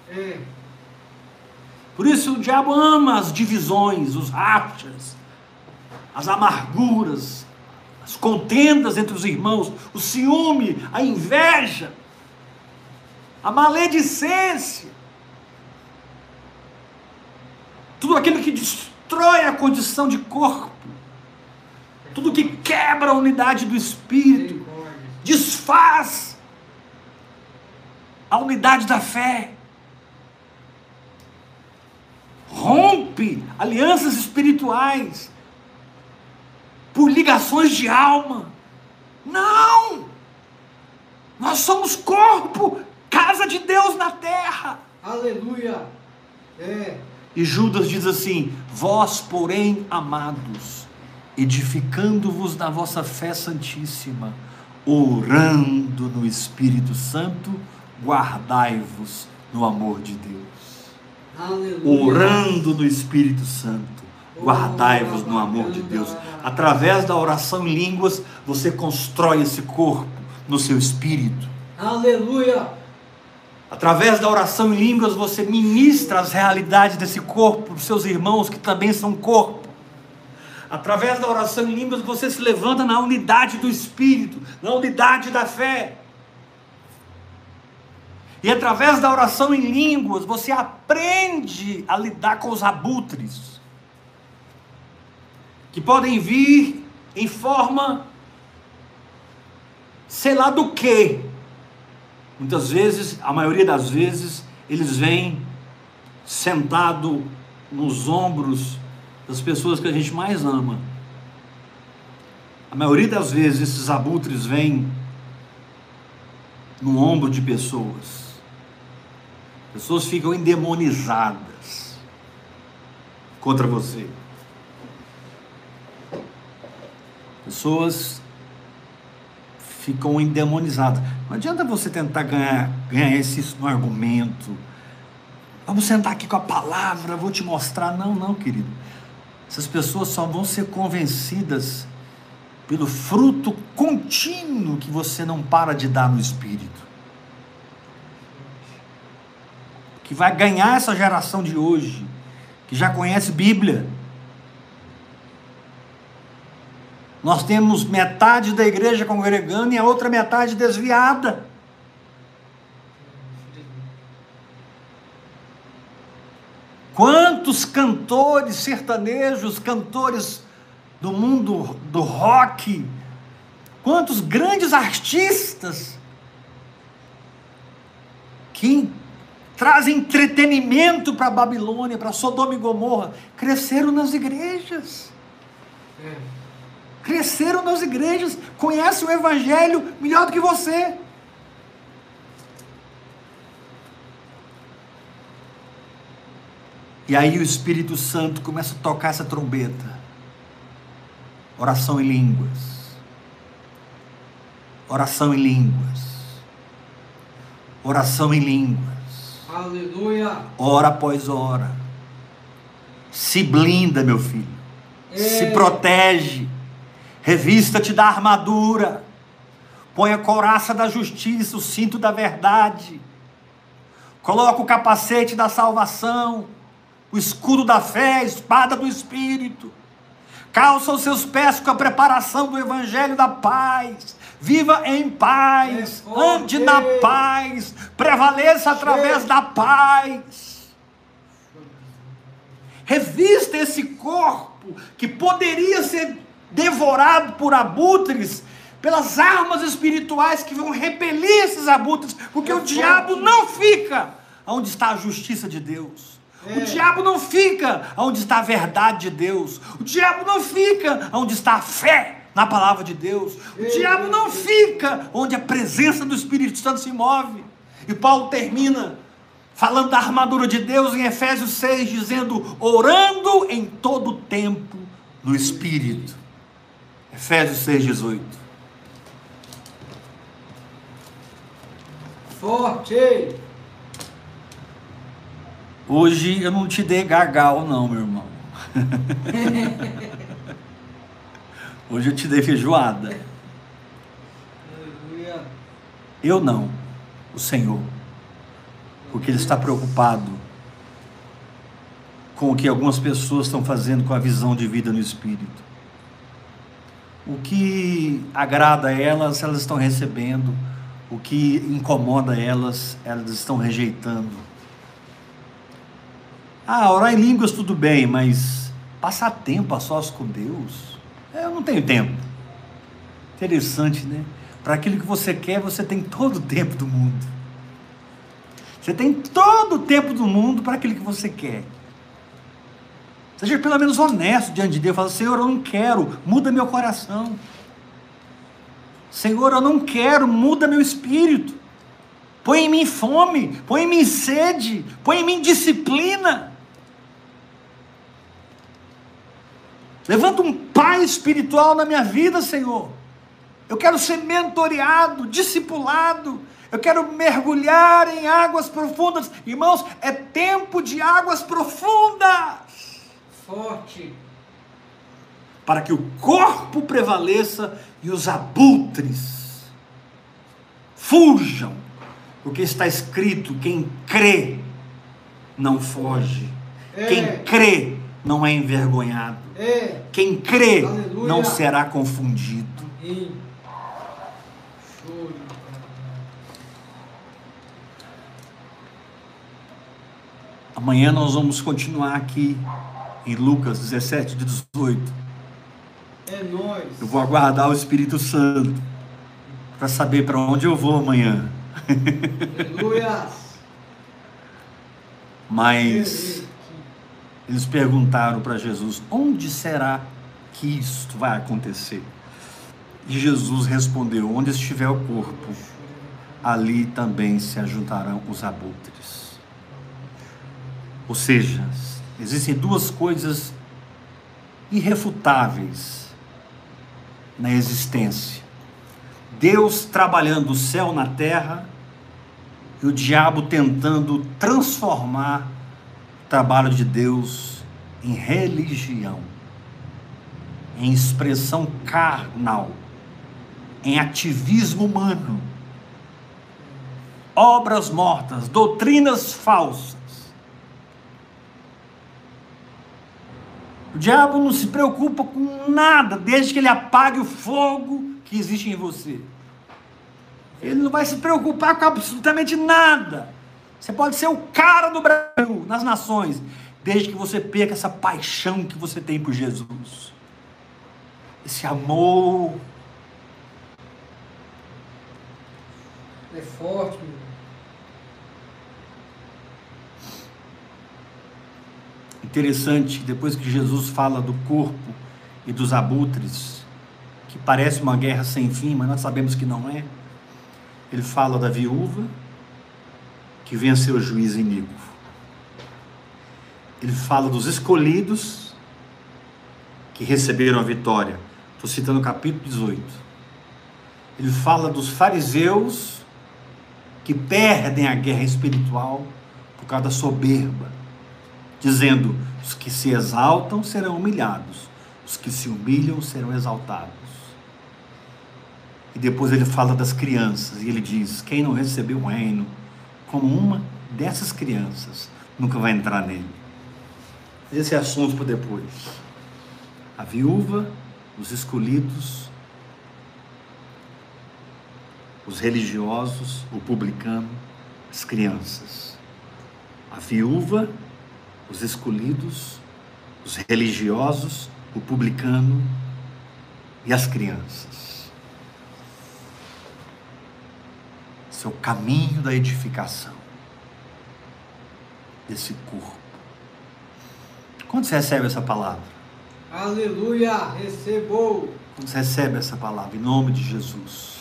Por isso o diabo ama as divisões, os rachas, as amarguras, as contendas entre os irmãos, o ciúme, a inveja, a maledicência, tudo aquilo que destrói a condição de corpo, tudo que quebra a unidade do Espírito, desfaz a unidade da fé, rompe alianças espirituais por ligações de alma. Não! Nós somos corpo, casa de Deus na terra. Aleluia. E Judas diz assim: vós, porém, amados, edificando-vos na vossa fé santíssima, orando no Espírito Santo, guardai-vos no amor de Deus. Aleluia. Orando no Espírito Santo, guardai-vos no amor de Deus. Através da oração em línguas, você constrói esse corpo no seu espírito. Aleluia. Através da oração em línguas, você ministra as realidades desse corpo para os seus irmãos que também são corpo. Através da oração em línguas, você se levanta na unidade do Espírito, na unidade da fé. E através da oração em línguas, você aprende a lidar com os abutres, que podem vir em forma, sei lá do que. Muitas vezes, a maioria das vezes, eles vêm sentado nos ombros das pessoas que a gente mais ama. A maioria das vezes, esses abutres vêm no ombro de pessoas. Pessoas ficam endemonizadas contra você. Pessoas ficam endemonizadas. Não adianta você tentar ganhar isso no argumento. Vamos sentar aqui com a palavra, vou te mostrar. Não, querido. Essas pessoas só vão ser convencidas pelo fruto contínuo que você não para de dar no Espírito. Que vai ganhar essa geração de hoje, que já conhece Bíblia. Nós temos metade da igreja congregando e a outra metade desviada. Quantos cantores sertanejos, cantores do mundo do rock, quantos grandes artistas que trazem entretenimento para a Babilônia, para Sodoma e Gomorra, cresceram nas igrejas. Cresceram nas igrejas, conhecem o Evangelho melhor do que você. E aí o Espírito Santo começa a tocar essa trombeta. Oração em línguas. Oração em línguas. Oração em línguas. Aleluia. Hora após hora. Se blinda, meu filho. Se protege. Revista-te da armadura. Põe a couraça da justiça, o cinto da verdade. Coloca o capacete da salvação, o escudo da fé, a espada do Espírito. Calça os seus pés com a preparação do Evangelho da paz. Viva em paz, ande na paz, prevaleça através da paz. Revista esse corpo que poderia ser devorado por abutres, pelas armas espirituais que vão repelir esses abutres, porque o diabo não fica onde está a justiça de Deus. O diabo não fica onde está a verdade de Deus. O diabo não fica onde está a fé na palavra de Deus. O diabo não fica onde a presença do Espírito Santo se move. E Paulo termina falando da armadura de Deus em Efésios 6, dizendo: orando em todo tempo no Espírito. Efésios 6, 18. Forte! Hoje eu não te dei gargalo não, meu irmão. Hoje eu te dei feijoada. Aleluia! Eu não, o Senhor. Porque Ele está preocupado com o que algumas pessoas estão fazendo com a visão de vida no Espírito. O que agrada a elas, elas estão recebendo. O que incomoda elas, elas estão rejeitando. Orar em línguas tudo bem, mas passar tempo a sós com Deus, eu não tenho tempo. Interessante, né? Para aquilo que você quer, você tem todo o tempo do mundo. Você tem todo o tempo do mundo para aquilo que você quer. Seja pelo menos honesto diante de Deus. Fala: Senhor, eu não quero, muda meu coração. Senhor, eu não quero, muda meu espírito. Põe em mim fome, põe em mim sede, põe em mim disciplina. Levanta um pai espiritual na minha vida, Senhor. Eu quero ser mentoreado, discipulado. Eu quero mergulhar em águas profundas. Irmãos, é tempo de águas profundas. Forte! Para que o corpo prevaleça e os abutres fujam. Porque está escrito: quem crê não foge. Quem crê não é envergonhado. Quem crê Aleluia. não será confundido. Amanhã nós vamos continuar aqui em Lucas 17, 18. É nóis. Eu vou aguardar o Espírito Santo para saber para onde eu vou amanhã. Aleluia. Mas eles perguntaram para Jesus: onde será que isto vai acontecer? E Jesus respondeu: onde estiver o corpo, ali também se ajuntarão os abutres. Ou seja, existem duas coisas irrefutáveis na existência: Deus trabalhando o céu na terra e o diabo tentando transformar o trabalho de Deus em religião, em expressão carnal, em ativismo humano, obras mortas, doutrinas falsas. O diabo não se preocupa com nada, desde que ele apague o fogo que existe em você. Ele não vai se preocupar com absolutamente nada. Você pode ser o cara do Brasil, nas nações, desde que você perca essa paixão que você tem por Jesus. Esse amor. É forte, meu. Interessante, depois que Jesus fala do corpo e dos abutres, que parece uma guerra sem fim, mas nós sabemos que não é. Ele fala da viúva que venceu o juiz iníquo. Ele fala dos escolhidos que receberam a vitória. Estou citando o capítulo 18. Ele fala dos fariseus que perdem a guerra espiritual por causa da soberba, dizendo: os que se exaltam serão humilhados, os que se humilham serão exaltados. E depois ele fala das crianças, e ele diz: quem não recebeu o reino como uma dessas crianças, nunca vai entrar nele. Esse é assunto para depois. A viúva, os escolhidos, os religiosos, o publicano, as crianças. A viúva, os escolhidos, os religiosos, o publicano e as crianças. Esse é o caminho da edificação desse corpo. Quando você recebe essa palavra? Aleluia, recebo. Quando você recebe essa palavra, em nome de Jesus.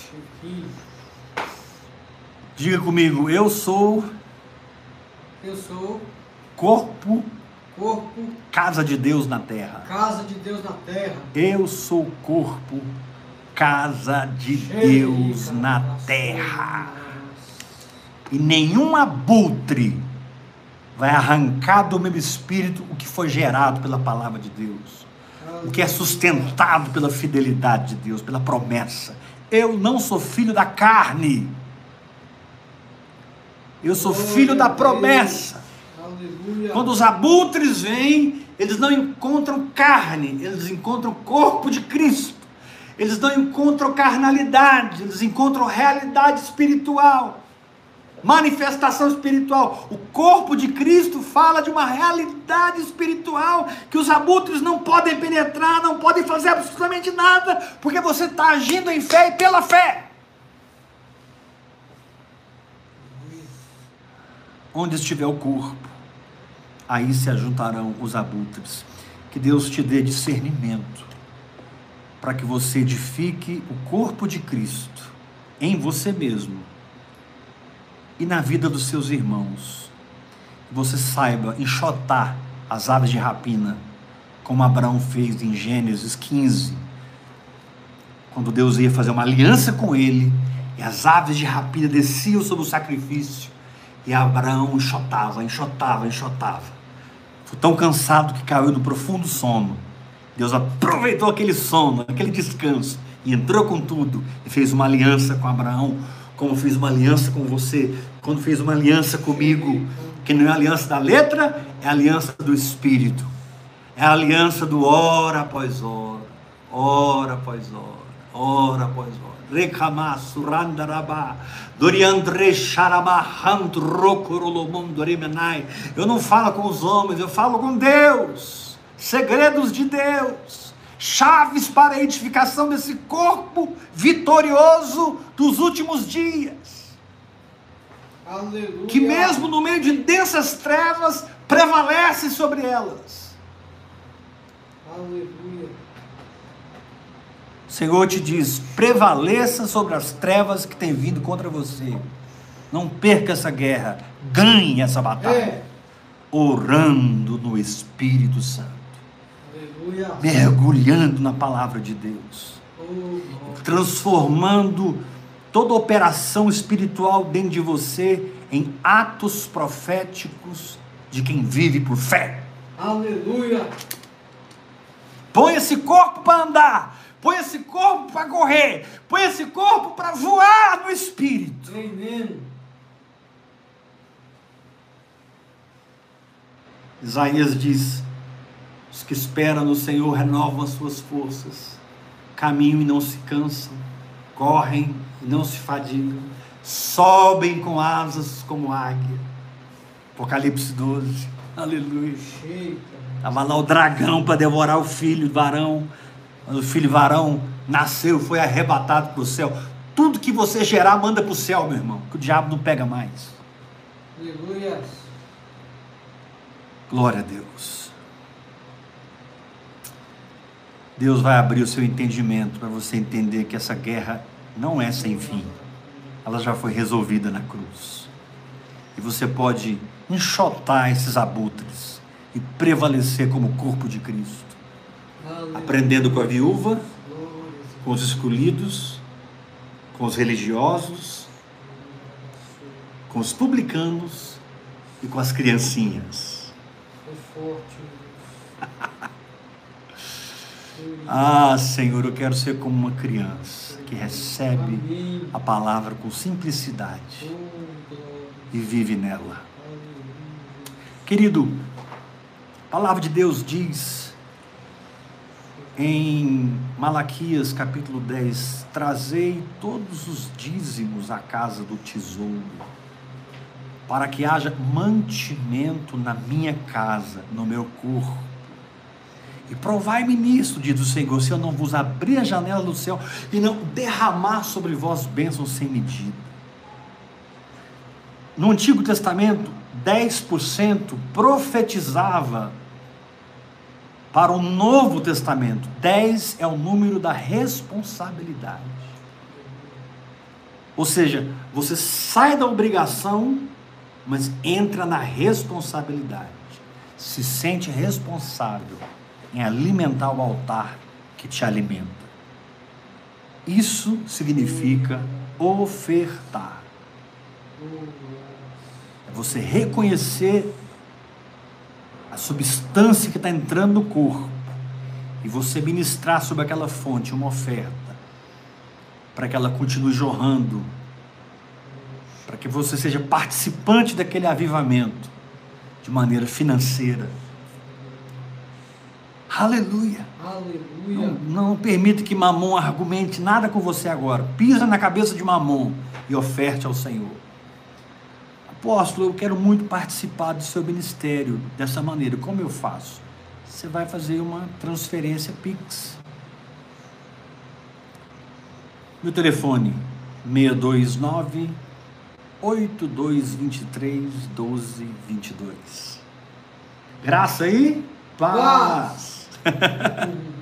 Diga comigo, eu sou corpo, casa de Deus na terra. Casa de Deus na terra. Eu sou corpo, casa de Deus na terra. E nenhum abutre vai arrancar do meu espírito o que foi gerado pela palavra de Deus, o que é sustentado pela fidelidade de Deus, pela promessa. Eu não sou filho da carne, eu sou filho da promessa. Quando os abutres vêm, eles não encontram carne, eles encontram o corpo de Cristo. Eles não encontram carnalidade, eles encontram realidade espiritual, manifestação espiritual. O corpo de Cristo fala de uma realidade espiritual que os abutres não podem penetrar, não podem fazer absolutamente nada, porque você está agindo em fé e pela fé. Onde estiver o corpo, aí se ajuntarão os abutres. Que Deus te dê discernimento, para que você edifique o corpo de Cristo em você mesmo e na vida dos seus irmãos. Você saiba enxotar as aves de rapina, como Abraão fez em Gênesis 15, quando Deus ia fazer uma aliança com ele, e as aves de rapina desciam sobre o sacrifício, e Abraão enxotava. Foi tão cansado que caiu no profundo sono. Deus aproveitou aquele sono, aquele descanso, e entrou com tudo, e fez uma aliança com Abraão, como fez uma aliança com você, quando fez uma aliança comigo, que não é a aliança da letra, é a aliança do Espírito, é a aliança do hora após hora, hora após hora, hora após hora. Eu não falo com os homens, eu falo com Deus. Segredos de Deus, chaves para a edificação desse corpo vitorioso dos últimos dias. Aleluia. Que mesmo no meio de densas trevas, prevalece sobre elas. Aleluia. O Senhor te diz, prevaleça sobre as trevas que têm vindo contra você. Não perca essa guerra, ganhe essa batalha, orando no Espírito Santo, mergulhando na palavra de Deus, transformando toda operação espiritual dentro de você em atos proféticos de quem vive por fé. Aleluia. Põe esse corpo para andar, põe esse corpo para correr, põe esse corpo para voar no Espírito. Amém. Isaías diz, os que esperam no Senhor renovam as suas forças, caminham e não se cansam, correm e não se fadigam, sobem com asas como águia. Apocalipse 12, aleluia. Estava lá o dragão para devorar o filho varão. Quando o filho varão nasceu, foi arrebatado para o céu. Tudo que você gerar, manda para o céu, meu irmão, que o diabo não pega mais. Aleluia. Glória a Deus. Deus vai abrir o seu entendimento para você entender que essa guerra não é sem fim. Ela já foi resolvida na cruz. E você pode enxotar esses abutres e prevalecer como corpo de Cristo. Aprendendo com a viúva, com os escolhidos, com os religiosos, com os publicanos e com as criancinhas. Ah, Senhor, eu quero ser como uma criança que recebe a palavra com simplicidade e vive nela. Querido, a palavra de Deus diz em Malaquias capítulo 10, trazei todos os dízimos à casa do tesouro, para que haja mantimento na minha casa, no meu corpo. E provai-me nisso, diz o Senhor, se eu não vos abrir a janela do céu e não derramar sobre vós bênçãos sem medida. No Antigo Testamento, 10% profetizava para o Novo Testamento. 10 é o número da responsabilidade. Ou seja, você sai da obrigação, mas entra na responsabilidade. Se sente responsável em alimentar o altar que te alimenta. Isso significa ofertar. É você reconhecer a substância que está entrando no corpo e você ministrar sobre aquela fonte uma oferta para que ela continue jorrando, para que você seja participante daquele avivamento de maneira financeira. Aleluia. Aleluia. Não permita que Mamon argumente nada com você agora. Pisa na cabeça de Mamon e oferte ao Senhor. Apóstolo, eu quero muito participar do seu ministério dessa maneira. Como eu faço? Você vai fazer uma transferência Pix. Meu telefone 629 8223 1222. Graça aí, paz.